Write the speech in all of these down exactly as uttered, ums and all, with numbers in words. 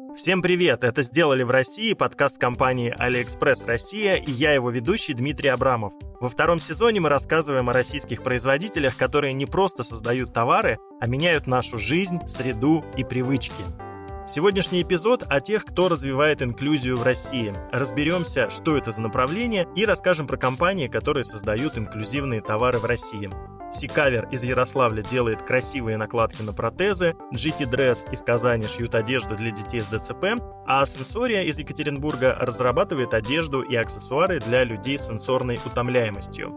Всем привет! Это «Сделали в России» подкаст компании AliExpress Россия, и я его ведущий Дмитрий Абрамов. Во втором сезоне мы рассказываем о российских производителях, которые не просто создают товары, а меняют нашу жизнь, среду и привычки. Сегодняшний эпизод о тех, кто развивает инклюзию в России. Разберемся, что это за направление, и расскажем про компании, которые создают инклюзивные товары в России. Сикавер из Ярославля делает красивые накладки на протезы, джи ти Dress из Казани шьют одежду для детей с ДЦП, а Сенсория из Екатеринбурга разрабатывает одежду и аксессуары для людей с сенсорной утомляемостью.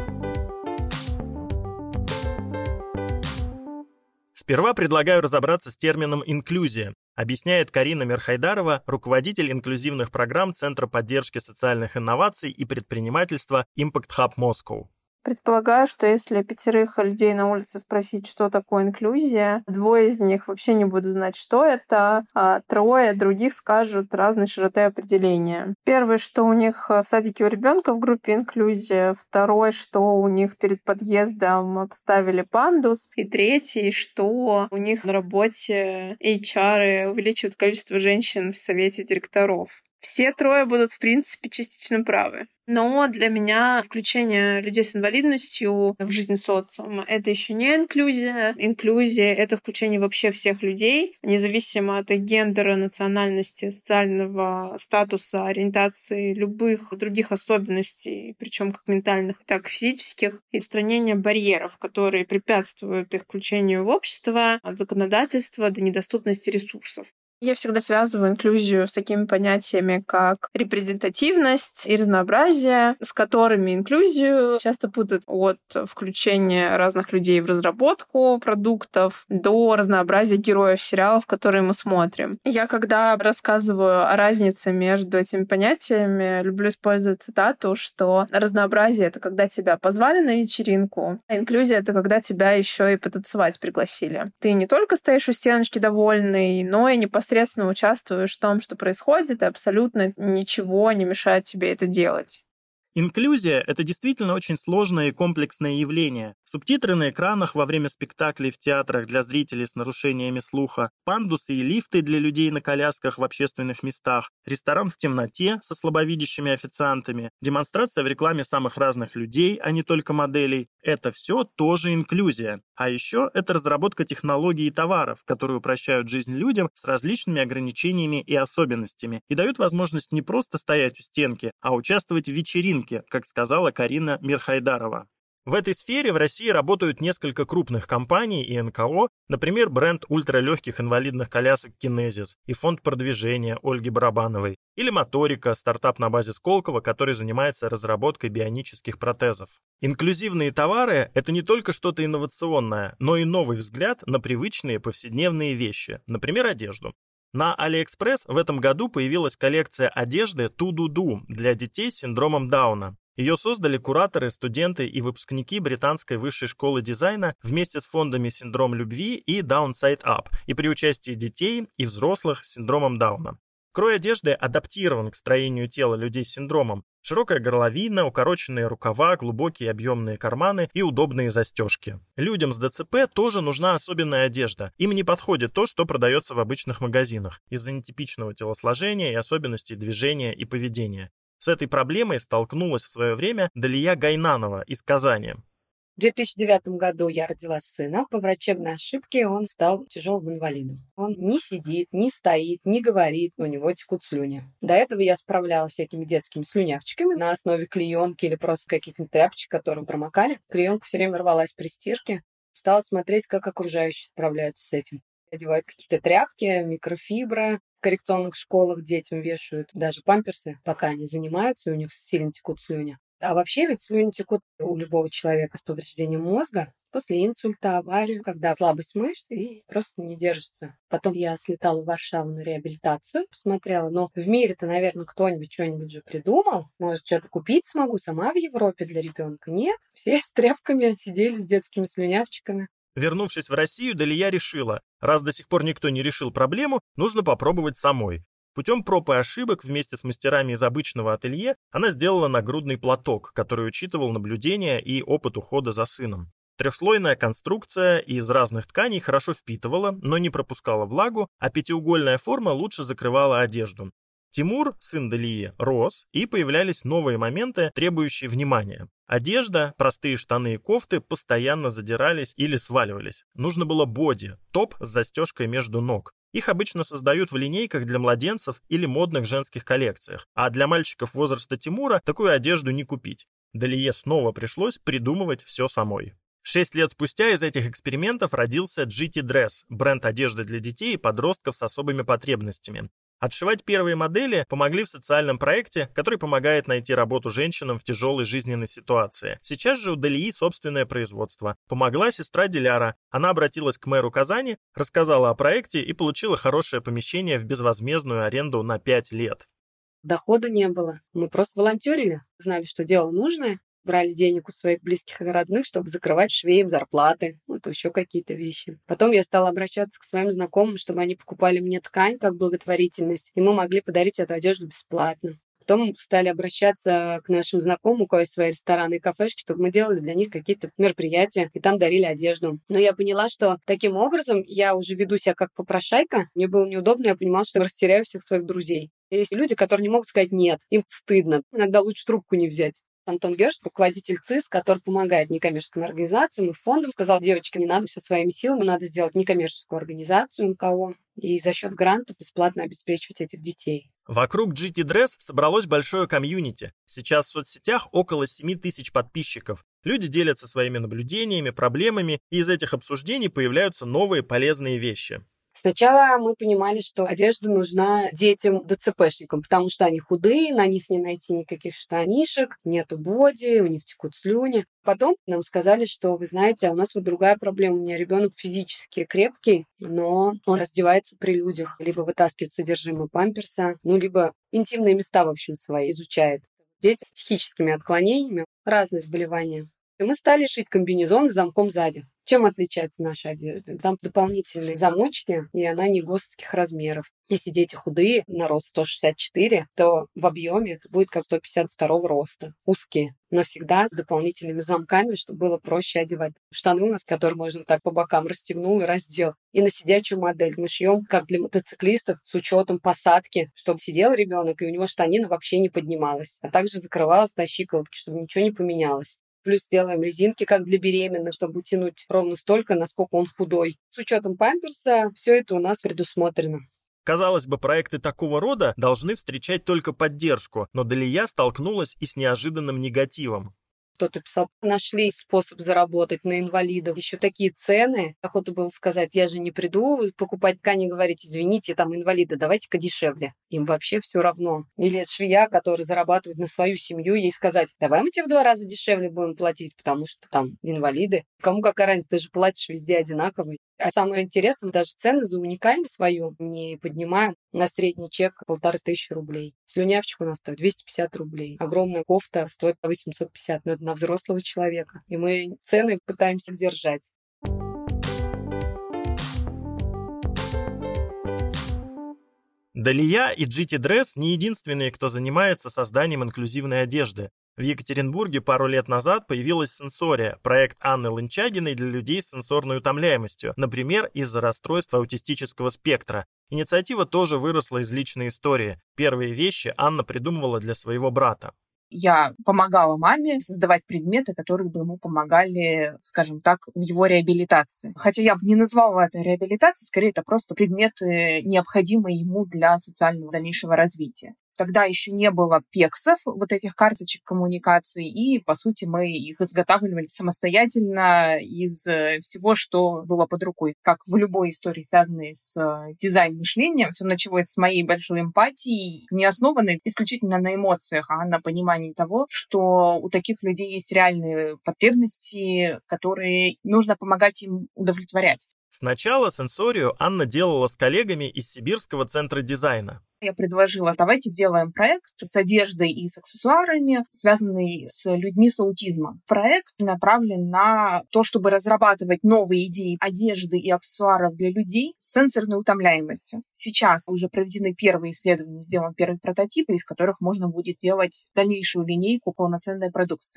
Сперва предлагаю разобраться с термином «инклюзия», объясняет Карина Мирхайдарова, руководитель инклюзивных программ Центра поддержки социальных инноваций и предпринимательства Impact Hub Moscow. Предполагаю, что если пятерых людей на улице спросить, что такое инклюзия, двое из них вообще не будут знать, что это, а трое других скажут разной широты определения. Первое, что у них в садике у ребенка в группе инклюзия. Второе, что у них перед подъездом обставили пандус. И третье, что у них на работе эйч ар увеличивают количество женщин в совете директоров. Все трое будут, в принципе, частично правы. Но для меня включение людей с инвалидностью в жизнь социума — это еще не инклюзия. Инклюзия — это включение вообще всех людей, независимо от их гендера, национальности, социального статуса, ориентации, любых других особенностей, причем как ментальных, так и физических, и устранение барьеров, которые препятствуют их включению в общество, от законодательства до недоступности ресурсов. Я всегда связываю инклюзию с такими понятиями, как репрезентативность и разнообразие, с которыми инклюзию часто путают от включения разных людей в разработку продуктов до разнообразия героев сериалов, которые мы смотрим. Я, когда рассказываю о разнице между этими понятиями, люблю использовать цитату, что разнообразие — это когда тебя позвали на вечеринку, а инклюзия — это когда тебя еще и потанцевать пригласили. Ты не только стоишь у стеночки довольный, но и непосредственно непосредственно участвуешь в том, что происходит, и абсолютно ничего не мешает тебе это делать. Инклюзия – это действительно очень сложное и комплексное явление. Субтитры на экранах во время спектаклей в театрах для зрителей с нарушениями слуха, пандусы и лифты для людей на колясках в общественных местах, ресторан в темноте со слабовидящими официантами, демонстрация в рекламе самых разных людей, а не только моделей – это все тоже инклюзия. А еще это разработка технологий и товаров, которые упрощают жизнь людям с различными ограничениями и особенностями и дают возможность не просто стоять у стенки, а участвовать в вечеринке, как сказала Карина Мирхайдарова. В этой сфере в России работают несколько крупных компаний и эн ка о, например, бренд ультралегких инвалидных колясок Kinesis и фонд продвижения Ольги Барабановой, или Моторика, стартап на базе Сколково, который занимается разработкой бионических протезов. Инклюзивные товары – это не только что-то инновационное, но и новый взгляд на привычные повседневные вещи, например, одежду. На AliExpress в этом году появилась коллекция одежды Ту-ду-ду для детей с синдромом Дауна. Ее создали кураторы, студенты и выпускники Британской высшей школы дизайна вместе с фондами «Синдром любви» и «Downside Up» и при участии детей и взрослых с синдромом Дауна. Крой одежды адаптирован к строению тела людей с синдромом. Широкая горловина, укороченные рукава, глубокие объемные карманы и удобные застежки. Людям с ДЦП тоже нужна особенная одежда. Им не подходит то, что продается в обычных магазинах, из-за нетипичного телосложения и особенностей движения и поведения. С этой проблемой столкнулась в свое время Далия Гайнанова из Казани. В две тысячи девятом году я родила сына. По врачебной ошибке он стал тяжелым инвалидом. Он не сидит, не стоит, не говорит, у него текут слюни. До этого я справлялась всякими детскими слюнявчиками на основе клеенки или просто каких-нибудь тряпочек, которые промокали. Клеенка все время рвалась при стирке. Стала смотреть, как окружающие справляются с этим. Одевают какие-то тряпки, микрофибра. В коррекционных школах детям вешают даже памперсы, пока они занимаются, и у них сильно текут слюни. А вообще ведь слюни текут у любого человека с повреждением мозга после инсульта, аварии, когда слабость мышц и просто не держится. Потом я слетала в Варшаву на реабилитацию, посмотрела, но в мире-то, наверное, кто-нибудь что-нибудь же придумал. Может, что-то купить смогу сама в Европе для ребенка? Нет, все с тряпками сидели с детскими слюнявчиками. Вернувшись в Россию, Далия решила, раз до сих пор никто не решил проблему, нужно попробовать самой. Путем проб и ошибок вместе с мастерами из обычного ателье она сделала нагрудный платок, который учитывал наблюдения и опыт ухода за сыном. Трехслойная конструкция из разных тканей хорошо впитывала, но не пропускала влагу, а пятиугольная форма лучше закрывала одежду. Тимур, сын Далии, рос, и появлялись новые моменты, требующие внимания. Одежда, простые штаны и кофты постоянно задирались или сваливались. Нужно было боди, топ с застежкой между ног. Их обычно создают в линейках для младенцев или модных женских коллекциях, а для мальчиков возраста Тимура такую одежду не купить. Далие снова пришлось придумывать все самой. Шесть лет спустя из этих экспериментов родился джи ти Dress, бренд одежды для детей и подростков с особыми потребностями. Отшивать первые модели помогли в социальном проекте, который помогает найти работу женщинам в тяжелой жизненной ситуации. Сейчас же у Далии собственное производство. Помогла сестра Диляра. Она обратилась к мэру Казани, рассказала о проекте и получила хорошее помещение в безвозмездную аренду на пять лет. Дохода не было. Мы просто волонтерили, знали, что дело нужное. Брали денег у своих близких и родных, чтобы закрывать швеям зарплаты, вот еще какие-то вещи. Потом я стала обращаться к своим знакомым, чтобы они покупали мне ткань как благотворительность, и мы могли подарить эту одежду бесплатно. Потом стали обращаться к нашим знакомым, у кого есть свои рестораны и кафешки, чтобы мы делали для них какие-то мероприятия и там дарили одежду. Но я поняла, что таким образом я уже веду себя как попрошайка. Мне было неудобно, я понимала, что я растеряю всех своих друзей. Есть люди, которые не могут сказать «нет», им стыдно. Иногда лучше трубку не взять. Антон Герш, руководитель ЦИС, который помогает некоммерческим организациям и фондам, сказал: девочки, не надо все своими силами, надо сделать некоммерческую организацию эн ка о и за счет грантов бесплатно обеспечивать этих детей. Вокруг джи ти Dress собралось большое комьюнити. Сейчас в соцсетях около семь тысяч подписчиков. Люди делятся своими наблюдениями, проблемами, и из этих обсуждений появляются новые полезные вещи. Сначала мы понимали, что одежда нужна детям дэ цэ пэшникам, потому что они худые, на них не найти никаких штанишек, нету боди, у них текут слюни. Потом нам сказали, что, вы знаете, а у нас вот другая проблема. У меня ребенок физически крепкий, но он раздевается при людях, либо вытаскивает содержимое памперса, ну, либо интимные места, в общем, свои изучает. Дети с психическими отклонениями, разные заболевания. И мы стали шить комбинезон с замком сзади. Чем отличается наша одежда? Там дополнительные замочки, и она не госских размеров. Если дети худые, на рост сто шестьдесят четыре, то в объеме это будет как сто пятьдесят второго роста. Узкие, но всегда с дополнительными замками, чтобы было проще одевать. Штаны у нас, которые можно так по бокам расстегнул и раздел. И на сидячую модель мы шьем, как для мотоциклистов, с учетом посадки, чтобы сидел ребенок, и у него штанина вообще не поднималась, а также закрывалась на щиколотке, чтобы ничего не поменялось. Плюс делаем резинки, как для беременных, чтобы утянуть ровно столько, насколько он худой. С учетом памперса все это у нас предусмотрено. Казалось бы, проекты такого рода должны встречать только поддержку, но Далия столкнулась и с неожиданным негативом. Кто-то писал: нашли способ заработать на инвалидов. Еще такие цены. Охота было сказать: я же не приду покупать ткани и говорить: извините, там инвалиды, давайте-ка дешевле. Им вообще все равно. Или швея, которая зарабатывает на свою семью, ей сказать: давай мы тебе в два раза дешевле будем платить, потому что там инвалиды. Кому какая разница, ты же платишь везде одинаково. А самое интересное, даже цены за уникальность свою не поднимаем. На средний чек полторы тысячи рублей. Слюнявчик у нас стоит двести пятьдесят рублей. Огромная кофта стоит восемьсот пятьдесят, но это на взрослого человека. И мы цены пытаемся держать. Далия и джи ти Dress не единственные, кто занимается созданием инклюзивной одежды. В Екатеринбурге пару лет назад появилась Сенсория, проект Анны Лынчагиной для людей с сенсорной утомляемостью, например, из-за расстройства аутистического спектра. Инициатива тоже выросла из личной истории. Первые вещи Анна придумывала для своего брата. Я помогала маме создавать предметы, которые бы ему помогали, скажем так, в его реабилитации. Хотя я бы не назвала это реабилитацией, скорее это просто предметы, необходимые ему для социального дальнейшего развития. Тогда еще не было пексов, вот этих карточек коммуникаций, и, по сути, мы их изготавливали самостоятельно из всего, что было под рукой. Как в любой истории, связанной с дизайн-мышлением, все началось с моей большой эмпатии, не основанной исключительно на эмоциях, а на понимании того, что у таких людей есть реальные потребности, которые нужно помогать им удовлетворять. Сначала Сенсорию Анна делала с коллегами из Сибирского центра дизайна. Я предложила: давайте сделаем проект с одеждой и с аксессуарами, связанный с людьми с аутизмом. Проект направлен на то, чтобы разрабатывать новые идеи одежды и аксессуаров для людей с сенсорной утомляемостью. Сейчас уже проведены первые исследования, сделан первый прототип, из которых можно будет делать дальнейшую линейку полноценной продукции.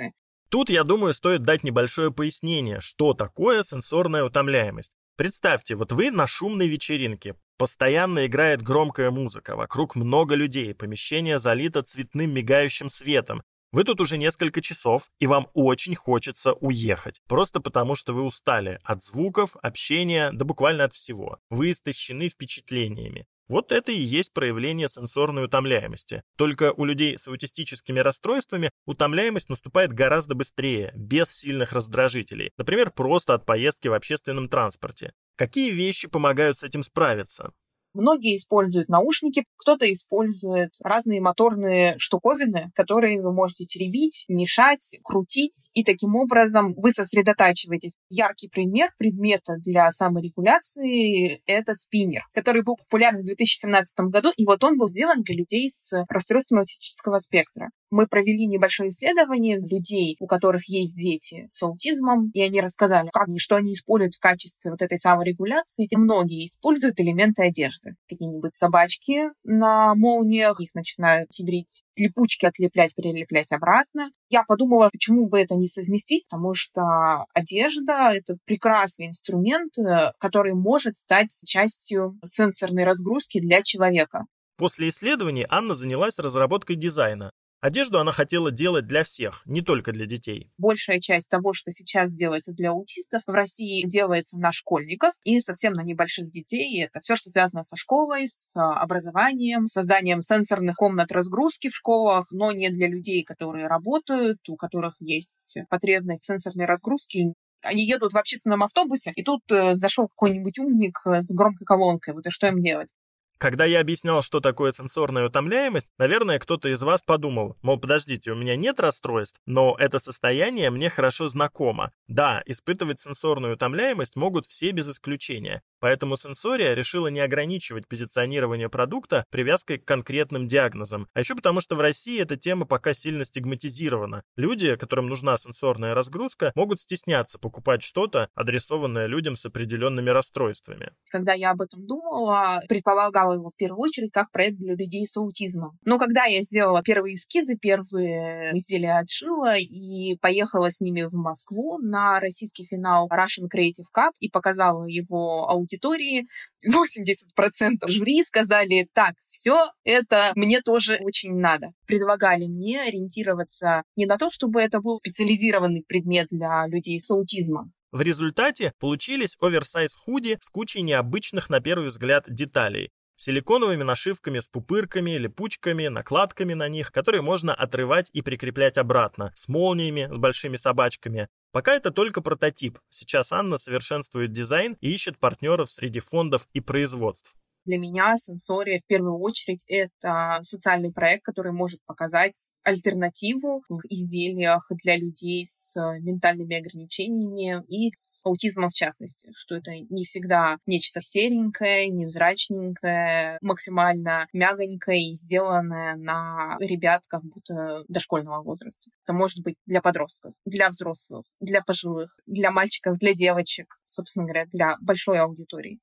Тут, я думаю, стоит дать небольшое пояснение, что такое сенсорная утомляемость. Представьте, вот вы на шумной вечеринке, постоянно играет громкая музыка, вокруг много людей, помещение залито цветным мигающим светом. Вы тут уже несколько часов, и вам очень хочется уехать, просто потому что вы устали от звуков, общения, да буквально от всего. Вы истощены впечатлениями. Вот это и есть проявление сенсорной утомляемости. Только у людей с аутистическими расстройствами утомляемость наступает гораздо быстрее, без сильных раздражителей. Например, просто от поездки в общественном транспорте. Какие вещи помогают с этим справиться? Многие используют наушники, кто-то использует разные моторные штуковины, которые вы можете теребить, мешать, крутить, и таким образом вы сосредотачиваетесь. Яркий пример предмета для саморегуляции — это спиннер, который был популярен в две тысячи семнадцатом году, и вот он был сделан для людей с расстройством аутистического спектра. Мы провели небольшое исследование людей, у которых есть дети с аутизмом, и они рассказали, как и что они используют в качестве вот этой саморегуляции. И многие используют элементы одежды. Какие-нибудь собачки на молниях, их начинают тибрить, липучки отлеплять, перелеплять обратно. Я подумала, почему бы это не совместить, потому что одежда — это прекрасный инструмент, который может стать частью сенсорной разгрузки для человека. После исследований Анна занялась разработкой дизайна. Одежду она хотела делать для всех, не только для детей. Большая часть того, что сейчас делается для аутистов, в России делается на школьников и совсем на небольших детей. Это все, что связано со школой, с образованием, созданием сенсорных комнат разгрузки в школах, но не для людей, которые работают, у которых есть потребность в сенсорной разгрузке. Они едут в общественном автобусе, и тут зашел какой-нибудь умник с громкой колонкой. Вот и что им делать? Когда я объяснял, что такое сенсорная утомляемость, наверное, кто-то из вас подумал, мол, подождите, у меня нет расстройств, но это состояние мне хорошо знакомо. Да, испытывать сенсорную утомляемость могут все без исключения. Поэтому Сенсория решила не ограничивать позиционирование продукта привязкой к конкретным диагнозам. А еще потому, что в России эта тема пока сильно стигматизирована. Люди, которым нужна сенсорная разгрузка, могут стесняться покупать что-то, адресованное людям с определенными расстройствами. Когда я об этом думала, предполагала его в первую очередь как проект для людей с аутизмом. Но когда я сделала первые эскизы, первые изделия отшила и поехала с ними в Москву на российский финал Russian Creative Cup и показала его аудитории, восемьдесят процентов жюри сказали: так, все это мне тоже очень надо. Предлагали мне ориентироваться не на то, чтобы это был специализированный предмет для людей с аутизмом. В результате получились оверсайз худи с кучей необычных на первый взгляд деталей. Силиконовыми нашивками с пупырками, липучками, накладками на них, которые можно отрывать и прикреплять обратно, с молниями, с большими собачками. Пока это только прототип. Сейчас Анна совершенствует дизайн и ищет партнеров среди фондов и производств. Для меня Сенсория в первую очередь это социальный проект, который может показать альтернативу в изделиях для людей с ментальными ограничениями и с аутизмом в частности, что это не всегда нечто серенькое, невзрачненькое, максимально мягонькое и сделанное на ребят как будто дошкольного возраста. Это может быть для подростков, для взрослых, для пожилых, для мальчиков, для девочек, собственно говоря, для большой аудитории.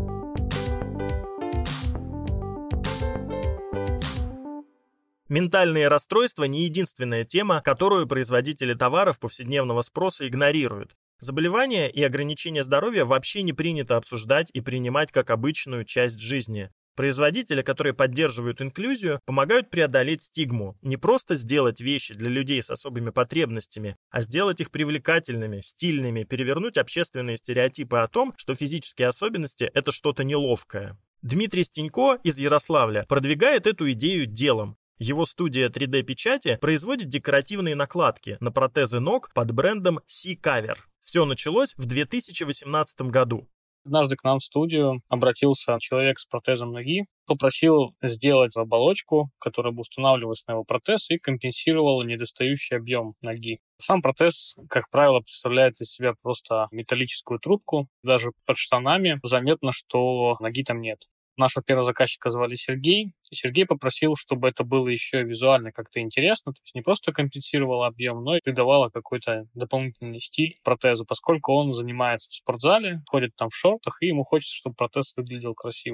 Ментальные расстройства не единственная тема, которую производители товаров повседневного спроса игнорируют. Заболевания и ограничения здоровья вообще не принято обсуждать и принимать как обычную часть жизни. Производители, которые поддерживают инклюзию, помогают преодолеть стигму. Не просто сделать вещи для людей с особыми потребностями, а сделать их привлекательными, стильными, перевернуть общественные стереотипы о том, что физические особенности – это что-то неловкое. Дмитрий Стенько из Ярославля продвигает эту идею делом. Его студия три дэ-печати производит декоративные накладки на протезы ног под брендом C-Cover. Все началось в две тысячи восемнадцатом году. Однажды к нам в студию обратился человек с протезом ноги, попросил сделать оболочку, которая бы устанавливалась на его протез и компенсировала недостающий объем ноги. Сам протез, как правило, представляет из себя просто металлическую трубку. Даже под штанами заметно, что ноги там нет. Нашего первого заказчика звали Сергей, и Сергей попросил, чтобы это было еще визуально как-то интересно, то есть не просто компенсировало объем, но и придавало какой-то дополнительный стиль протезу, поскольку он занимается в спортзале, ходит там в шортах, и ему хочется, чтобы протез выглядел красиво.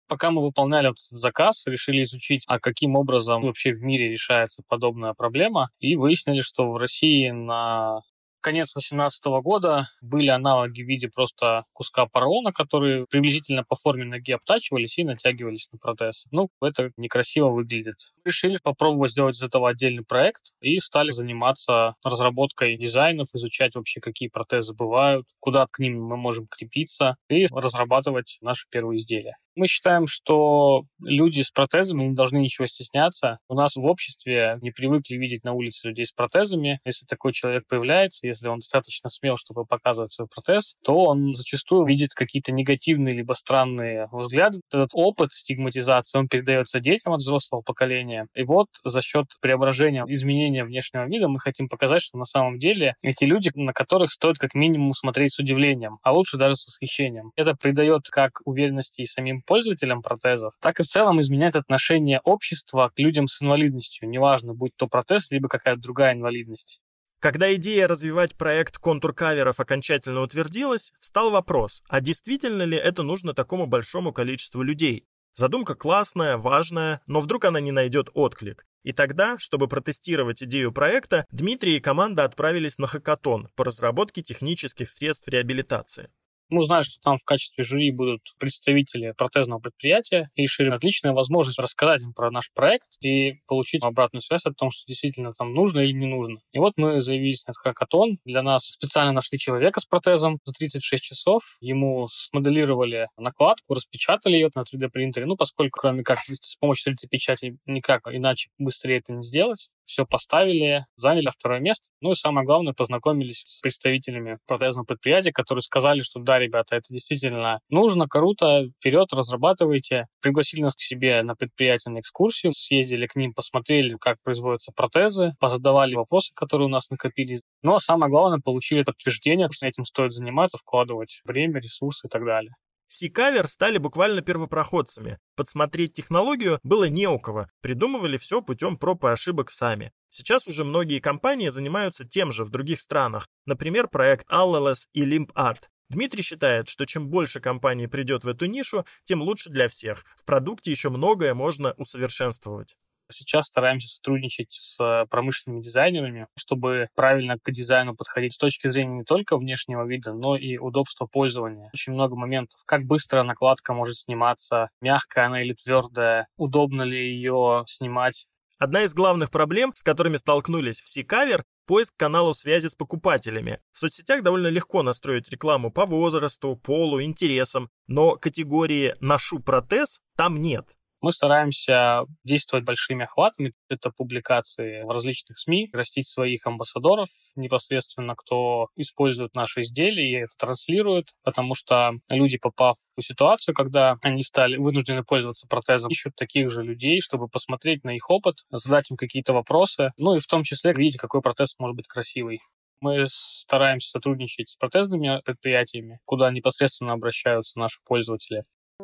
Пока мы выполняли вот этот заказ, решили изучить, а каким образом вообще в мире решается подобная проблема, и выяснили, что в России на конец две тысячи восемнадцатого года были аналоги в виде просто куска поролона, которые приблизительно по форме ноги обтачивались и натягивались на протез. Ну, это некрасиво выглядит. Решили попробовать сделать из этого отдельный проект и стали заниматься разработкой дизайнов, изучать вообще, какие протезы бывают, куда к ним мы можем крепиться и разрабатывать наши первые изделия. Мы считаем, что люди с протезами не должны ничего стесняться. У нас в обществе не привыкли видеть на улице людей с протезами. Если такой человек появляется, если он достаточно смел, чтобы показывать свой протез, то он зачастую видит какие-то негативные либо странные взгляды. Этот опыт стигматизации, он передается детям от взрослого поколения. И вот за счет преображения, изменения внешнего вида мы хотим показать, что на самом деле эти люди, на которых стоит как минимум смотреть с удивлением, а лучше даже с восхищением. Это придает как уверенности и самим пользователям протезов, так и в целом изменяет отношение общества к людям с инвалидностью. Неважно, будь то протез, либо какая-то другая инвалидность. Когда идея развивать проект контур-каверов окончательно утвердилась, встал вопрос, а действительно ли это нужно такому большому количеству людей? Задумка классная, важная, но вдруг она не найдет отклик. И тогда, чтобы протестировать идею проекта, Дмитрий и команда отправились на хакатон по разработке технических средств реабилитации. Мы узнали, что там в качестве жюри будут представители протезного предприятия, и решили отличная возможность рассказать им про наш проект и получить обратную связь о том, что действительно там нужно или не нужно. И вот мы заявились на хакатон. Для нас специально нашли человека с протезом за тридцать шесть часов. Ему смоделировали накладку, распечатали ее на три дэ принтере. Ну, поскольку кроме как с помощью три дэ-печати никак иначе быстрее это не сделать. Все поставили, заняли второе место. Ну и самое главное, познакомились с представителями протезного предприятия, которые сказали, что да, ребята, это действительно нужно, круто, вперед, разрабатывайте. Пригласили нас к себе на предприятие на экскурсию, съездили к ним, посмотрели, как производятся протезы, позадавали вопросы, которые у нас накопились. Ну а самое главное, получили подтверждение, что этим стоит заниматься, вкладывать время, ресурсы и так далее. C-Cover стали буквально первопроходцами. Подсмотреть технологию было не у кого. Придумывали все путем проб и ошибок сами. Сейчас уже многие компании занимаются тем же в других странах. Например, проект Alleless и LimpArt. Дмитрий считает, что чем больше компаний придет в эту нишу, тем лучше для всех. В продукте еще многое можно усовершенствовать. Сейчас стараемся сотрудничать с промышленными дизайнерами, чтобы правильно к дизайну подходить с точки зрения не только внешнего вида, но и удобства пользования. Очень много моментов. Как быстро накладка может сниматься, мягкая она или твердая, удобно ли ее снимать. Одна из главных проблем, с которыми столкнулись в C-Cover, поиск каналов связи с покупателями. В соцсетях довольно легко настроить рекламу по возрасту, полу, интересам, но категории «ношу протез» там нет. Мы стараемся действовать большими охватами. Это публикации в различных СМИ, растить своих амбассадоров непосредственно, кто использует наши изделия и это транслирует, потому что люди, попав в ситуацию, когда они стали вынуждены пользоваться протезом, ищут таких же людей, чтобы посмотреть на их опыт, задать им какие-то вопросы, ну и в том числе видеть, какой протез может быть красивый. Мы стараемся сотрудничать с протезными предприятиями, куда непосредственно обращаются наши пользователи.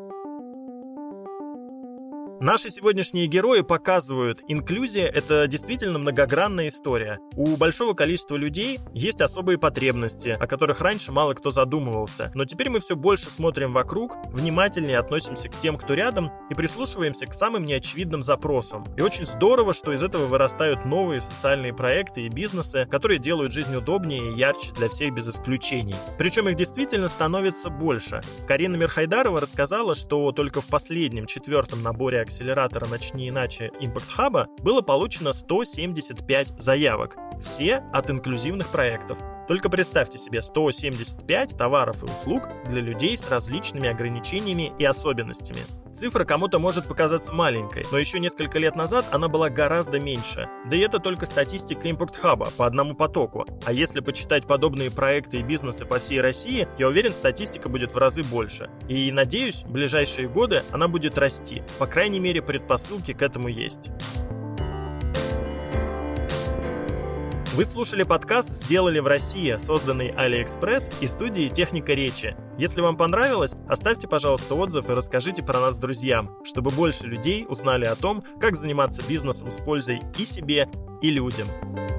Наши сегодняшние герои показывают, инклюзия – это действительно многогранная история. У большого количества людей есть особые потребности, о которых раньше мало кто задумывался. Но теперь мы все больше смотрим вокруг, внимательнее относимся к тем, кто рядом, и прислушиваемся к самым неочевидным запросам. И очень здорово, что из этого вырастают новые социальные проекты и бизнесы, которые делают жизнь удобнее и ярче для всех без исключений. Причем их действительно становится больше. Карина Мирхайдарова рассказала, что только в последнем, четвертом наборе акселератора «Начни иначе» Impact Hub было получено сто семьдесят пять заявок. Все от инклюзивных проектов. Только представьте себе сто семьдесят пять товаров и услуг для людей с различными ограничениями и особенностями. Цифра кому-то может показаться маленькой, но еще несколько лет назад она была гораздо меньше. Да и это только статистика Impact Hub по одному потоку. А если почитать подобные проекты и бизнесы по всей России, я уверен, статистика будет в разы больше. И надеюсь, в ближайшие годы она будет расти. По крайней мере, предпосылки к этому есть. Вы слушали подкаст «Сделали в России», созданный AliExpress и студией «Техника речи». Если вам понравилось, оставьте, пожалуйста, отзыв и расскажите про нас друзьям, чтобы больше людей узнали о том, как заниматься бизнесом с пользой и себе, и людям.